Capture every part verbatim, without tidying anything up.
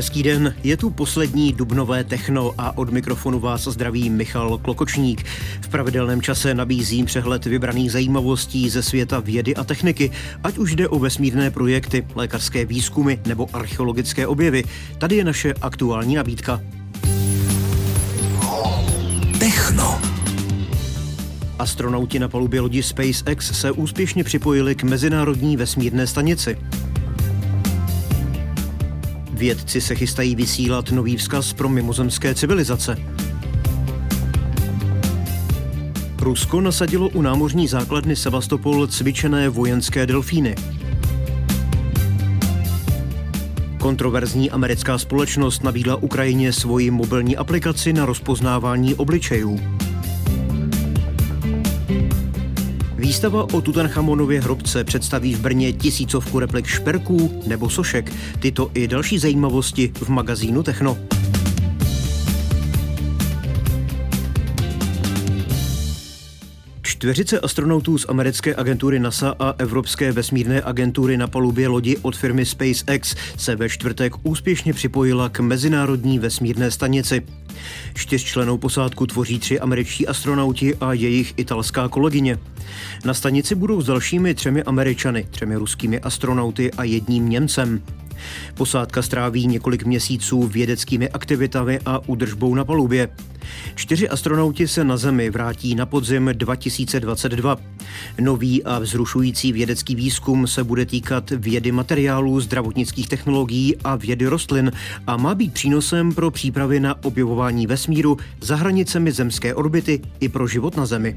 Hezký den, je tu poslední dubnové techno a od mikrofonu vás zdraví Michal Klokočník. V pravidelném čase nabízím přehled vybraných zajímavostí ze světa vědy a techniky, ať už jde o vesmírné projekty, lékařské výzkumy nebo archeologické objevy. Tady je naše aktuální nabídka. Techno. Astronauti na palubě lodi SpaceX se úspěšně připojili k mezinárodní vesmírné stanici. Vědci se chystají vysílat nový vzkaz pro mimozemské civilizace. Rusko nasadilo u námořní základny Sevastopol cvičené vojenské delfíny. Kontroverzní americká společnost nabídla Ukrajině svoji mobilní aplikaci na rozpoznávání obličejů. Výstava o Tutanchamonově hrobce představí v Brně tisícovku replik šperků nebo sošek. Tyto i další zajímavosti v magazínu Techno. Čtveřice astronautů z americké agentury NASA a Evropské vesmírné agentury na palubě lodi od firmy SpaceX se ve čtvrtek úspěšně připojila k mezinárodní vesmírné stanici. Čtyřčlennou posádku tvoří tři američtí astronauti a jejich italská kolegyně. Na stanici budou s dalšími třemi Američany, třemi ruskými astronauty a jedním Němcem. Posádka stráví několik měsíců vědeckými aktivitami a údržbou na palubě. Čtyři astronauti se na Zemi vrátí na podzim dva tisíce dvacet dva. Nový a vzrušující vědecký výzkum se bude týkat vědy materiálů, zdravotnických technologií a vědy rostlin a má být přínosem pro přípravy na objevování vesmíru za hranicemi zemské orbity i pro život na Zemi.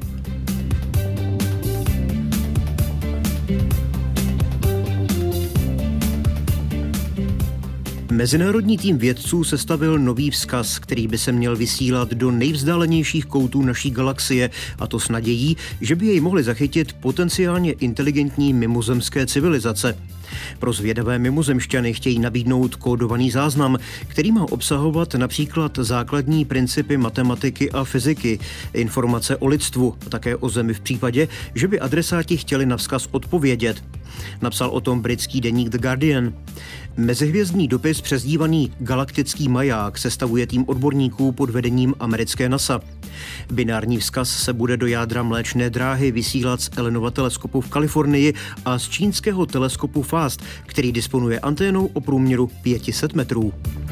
Mezinárodní tým vědců sestavil nový vzkaz, který by se měl vysílat do nejvzdálenějších koutů naší galaxie, a to s nadějí, že by jej mohly zachytit potenciálně inteligentní mimozemské civilizace. Pro zvědavé mimozemšťany chtějí nabídnout kódovaný záznam, který má obsahovat například základní principy matematiky a fyziky, informace o lidstvu a také o Zemi v případě, že by adresáti chtěli na vzkaz odpovědět. Napsal o tom britský deník The Guardian. Mezihvězdný dopis přezdívaný Galaktický maják sestavuje tým odborníků pod vedením americké NASA. Binární vzkaz se bude do jádra Mléčné dráhy vysílat z Allenova teleskopu v Kalifornii a z čínského teleskopu FAST, který disponuje anténou o průměru pět set metrů.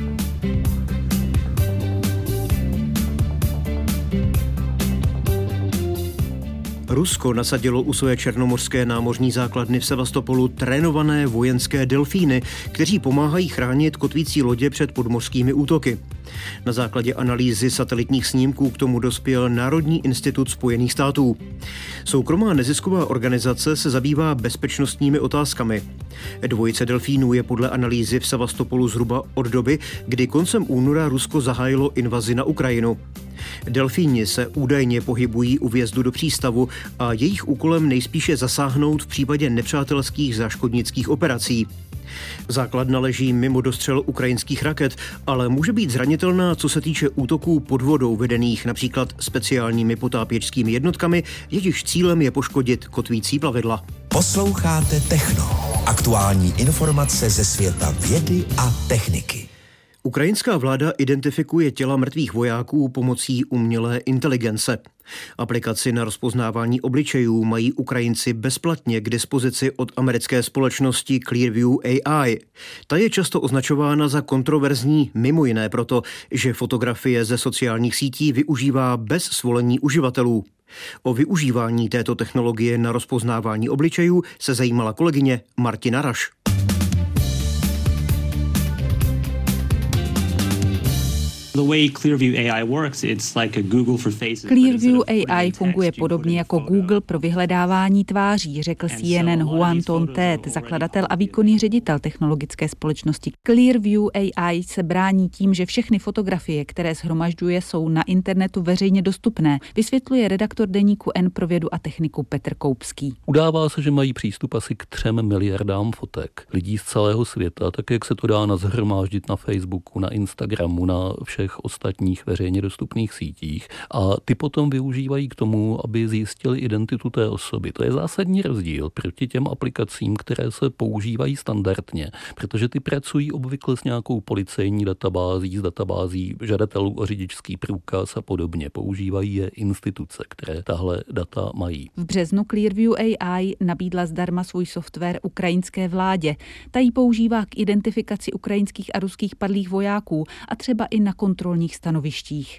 Rusko nasadilo u své černomořské námořní základny v Sevastopolu trénované vojenské delfíny, kteří pomáhají chránit kotvící lodě před podmořskými útoky. Na základě analýzy satelitních snímků k tomu dospěl Národní institut Spojených států. Soukromá nezisková organizace se zabývá bezpečnostními otázkami. Dvojice delfínů je podle analýzy v Sevastopolu zhruba od doby, kdy koncem února Rusko zahájilo invazi na Ukrajinu. Delfíni se údajně pohybují u vjezdu do přístavu a jejich úkolem nejspíše zasáhnout v případě nepřátelských záškodnických operací. Základna leží mimo dostřel ukrajinských raket, ale může být zranitelná, co se týče útoků pod vodou vedených například speciálními potápěčskými jednotkami, jejichž cílem je poškodit kotvící plavidla. Posloucháte Techno. Aktuální informace ze světa vědy a techniky. Ukrajinská vláda identifikuje těla mrtvých vojáků pomocí umělé inteligence. Aplikaci na rozpoznávání obličejů mají Ukrajinci bezplatně k dispozici od americké společnosti Clearview A I. Ta je často označována za kontroverzní mimo jiné proto, že fotografie ze sociálních sítí využívá bez svolení uživatelů. O využívání této technologie na rozpoznávání obličejů se zajímala kolegyně Martina Raš. Clearview A I funguje podobně jako Google pro vyhledávání tváří, řekl C N N Juan Tontet, zakladatel a výkonný ředitel technologické společnosti. Clearview A I se brání tím, že všechny fotografie, které shromažďuje, jsou na internetu veřejně dostupné, vysvětluje redaktor deníku N pro vědu a techniku Petr Koupský. Udává se, že mají přístup asi k třem miliardám fotek lidí z celého světa, tak jak se to dá nashromáždit na Facebooku, na Instagramu, na všech všech ostatních veřejně dostupných sítích a ty potom využívají k tomu, aby zjistili identitu té osoby. To je zásadní rozdíl proti těm aplikacím, které se používají standardně, protože ty pracují obvykle s nějakou policejní databází, s databází žadatelů o řidičský průkaz a podobně. Používají je instituce, které tahle data mají. V březnu Clearview A I nabídla zdarma svůj software ukrajinské vládě. Ta ji používá k identifikaci ukrajinských a ruských padlých vojáků a třeba i na kontrolních stanovištích.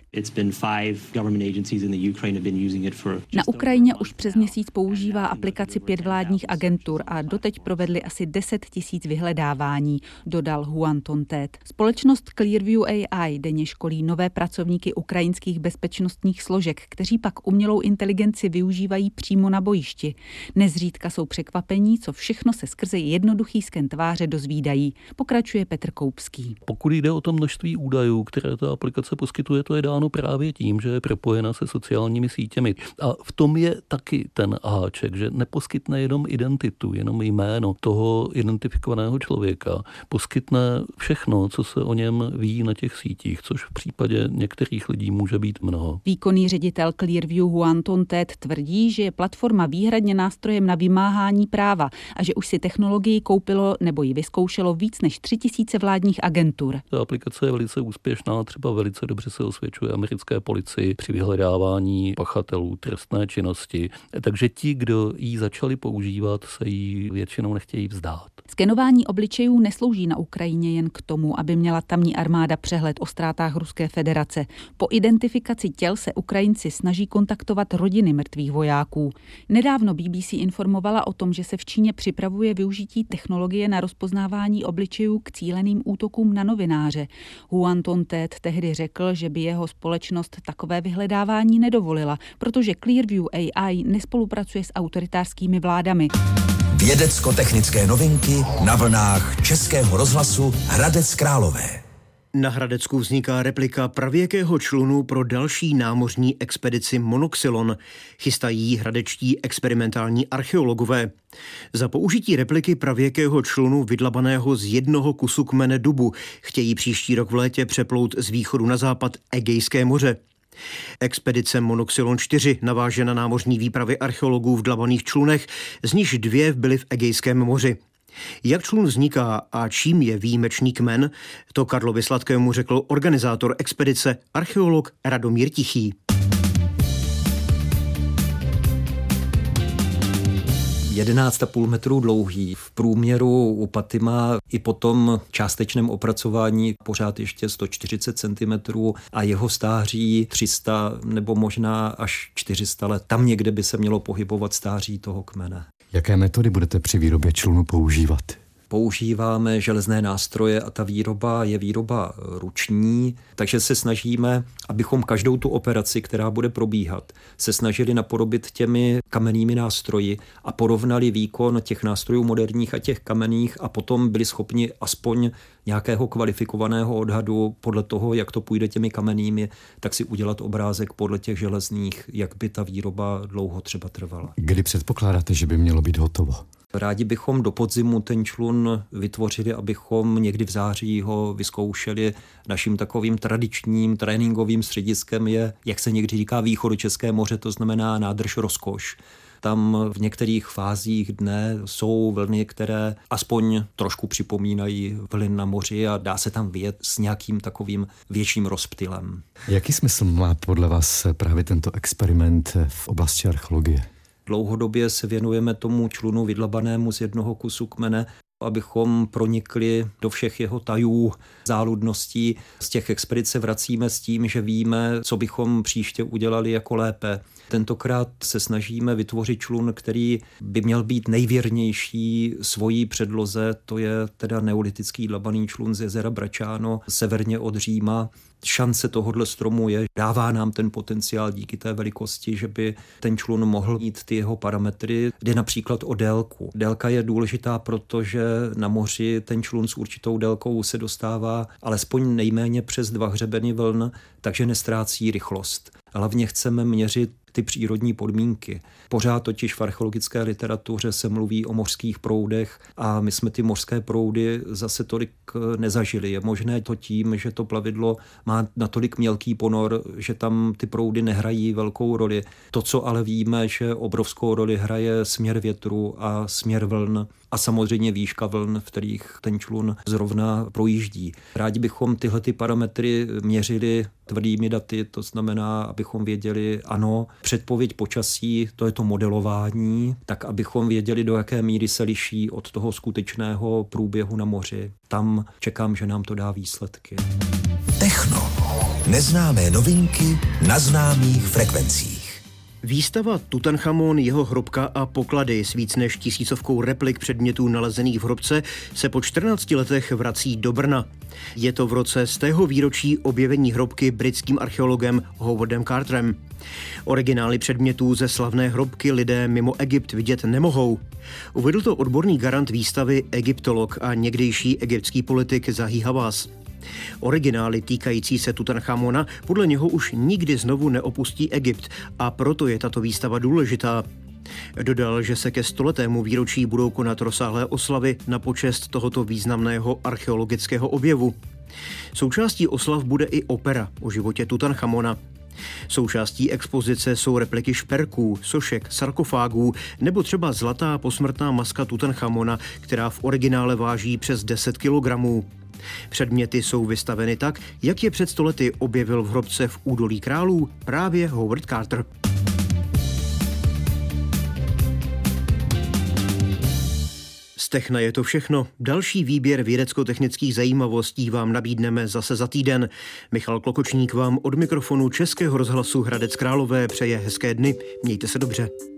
Na Ukrajině už přes měsíc používá aplikaci pět vládních agentur a doteď provedli asi deset tisíc vyhledávání, dodal Huan Ton-Tet. Společnost Clearview A I denně školí nové pracovníky ukrajinských bezpečnostních složek, kteří pak umělou inteligenci využívají přímo na bojišti. Nezřídka jsou překvapení, co všechno se skrze jednoduchý sken tváře dozvídají, pokračuje Petr Koupský. Pokud jde o to množství údajů, které ta aplikace poskytuje, to je dáno právě tím, že je propojena se sociálními sítěmi. A v tom je taky ten háček, že neposkytne jenom identitu, jenom jméno toho identifikovaného člověka. Poskytne všechno, co se o něm ví na těch sítích, což v případě některých lidí může být mnoho. Výkonný ředitel Clearview Huan Ton-Tet tvrdí, že je platforma výhradně nástrojem na vymáhání práva a že už si technologii koupilo nebo ji vyzkoušelo víc než tři tisíce vládních agentur. Ta aplikace je velice úspěšná, třeba velice dobře se osvědčuje americké policii při vyhledávání pachatelů trestné činnosti. Takže ti, kdo ji začali používat, se jí většinou nechtějí vzdát. Skenování obličejů neslouží na Ukrajině jen k tomu, aby měla tamní armáda přehled o ztrátách Ruské federace. Po identifikaci těl se Ukrajinci snaží kontaktovat rodiny mrtvých vojáků. Nedávno B B C informovala o tom, že se v Číně připravuje využití technologie na rozpoznávání obličejů k cíleným útokům na novináře. Huan Ton-Tet tehdy řekl, že by jeho společnost takové vyhledávání nedovolila, protože Clearview A I nespolupracuje s autoritářskými vládami. Vědecko-technické novinky na vlnách Českého rozhlasu Hradec Králové. Na Hradecku vzniká replika pravěkého člunu pro další námořní expedici Monoxylon. Chystají ji hradečtí experimentální archeologové. Za použití repliky pravěkého člunu vydlabaného z jednoho kusu kmene dubu chtějí příští rok v létě přeplout z východu na západ Egejské moře. Expedice Monoxylon čtyři naváže na námořní výpravy archeologů v dlabaných člunech, z nichž dvě byly v Egejském moři. Jak člun vzniká a čím je výjimečný kmen, to Karlovi Sladkému řekl organizátor expedice, archeolog Radomír Tichý. jedenáct a půl metru dlouhý. V průměru u paty má i po tom částečném opracování pořád ještě sto čtyřicet centimetrů a jeho stáří tři sta nebo možná až čtyři sta let. Tam někde by se mělo pohybovat stáří toho kmene. Jaké metody budete při výrobě člunu používat? Používáme železné nástroje a ta výroba je výroba ruční, takže se snažíme, abychom každou tu operaci, která bude probíhat, se snažili napodobit těmi kamennými nástroji a porovnali výkon těch nástrojů moderních a těch kamenných a potom byli schopni aspoň nějakého kvalifikovaného odhadu podle toho, jak to půjde těmi kamennými, tak si udělat obrázek podle těch železných, jak by ta výroba dlouho třeba trvala. Kdy předpokládáte, že by mělo být hotovo? Rádi bychom do podzimu ten člun vytvořili, abychom někdy v září ho vyzkoušeli. Naším takovým tradičním tréninkovým střediskem je, jak se někdy říká, východočeské moře, to znamená nádrž Rozkoš. Tam v některých fázích dne jsou vlny, které aspoň trošku připomínají vlny na moři a dá se tam vyjet s nějakým takovým větším rozptylem. Jaký smysl má podle vás právě tento experiment v oblasti archeologie? Dlouhodobě se věnujeme tomu člunu vydlabanému z jednoho kusu kmene, abychom pronikli do všech jeho tajů, záludností. Z těch expedic se vracíme s tím, že víme, co bychom příště udělali jako lépe. Tentokrát se snažíme vytvořit člun, který by měl být nejvěrnější svojí předloze, to je teda neolitický dlabaný člun z jezera Bračáno, severně od Říma. Šance tohohle stromu je, dává nám ten potenciál díky té velikosti, že by ten člun mohl mít ty jeho parametry. Jde například o délku. Délka je důležitá, protože na moři ten člun s určitou délkou se dostává alespoň nejméně přes dva hřebeny vln, takže nestrácí rychlost. Hlavně chceme měřit ty přírodní podmínky. Pořád totiž v archeologické literatuře se mluví o mořských proudech a my jsme ty mořské proudy zase tolik nezažili. Je možné to tím, že to plavidlo má natolik mělký ponor, že tam ty proudy nehrají velkou roli. To, co ale víme, že obrovskou roli hraje směr větru a směr vln a samozřejmě výška vln, v kterých ten člun zrovna projíždí. Rádi bychom tyhle ty parametry měřili tvrdými daty, to znamená, abychom věděli, ano, předpověď počasí, to je to modelování, tak abychom věděli, do jaké míry se liší od toho skutečného průběhu na moři. Tam čekám, že nám to dá výsledky. Techno. Neznámé novinky na známých frekvencích. Výstava Tutanchamon, jeho hrobka a poklady s víc než tisícovkou replik předmětů nalezených v hrobce se po čtrnácti letech vrací do Brna. Je to v roce z tého výročí objevení hrobky britským archeologem Howardem Carterem. Originály předmětů ze slavné hrobky lidé mimo Egypt vidět nemohou. Uvedl to odborný garant výstavy, egyptolog a někdejší egyptský politik Zahi Hawass. Originály týkající se Tutanchamona podle něho už nikdy znovu neopustí Egypt a proto je tato výstava důležitá. Dodal, že se ke stoletému výročí budou konat rozsáhlé oslavy na počest tohoto významného archeologického objevu. Součástí oslav bude i opera o životě Tutanchamona. Součástí expozice jsou repliky šperků, sošek, sarkofágů nebo třeba zlatá posmrtná maska Tutanchamona, která v originále váží přes deset kilogramů. Předměty jsou vystaveny tak, jak je před stolety objevil v hrobce v Údolí králů právě Howard Carter. Z Techna je to všechno. Další výběr vědecko-technických zajímavostí vám nabídneme zase za týden. Michal Klokočník vám od mikrofonu Českého rozhlasu Hradec Králové přeje hezké dny. Mějte se dobře.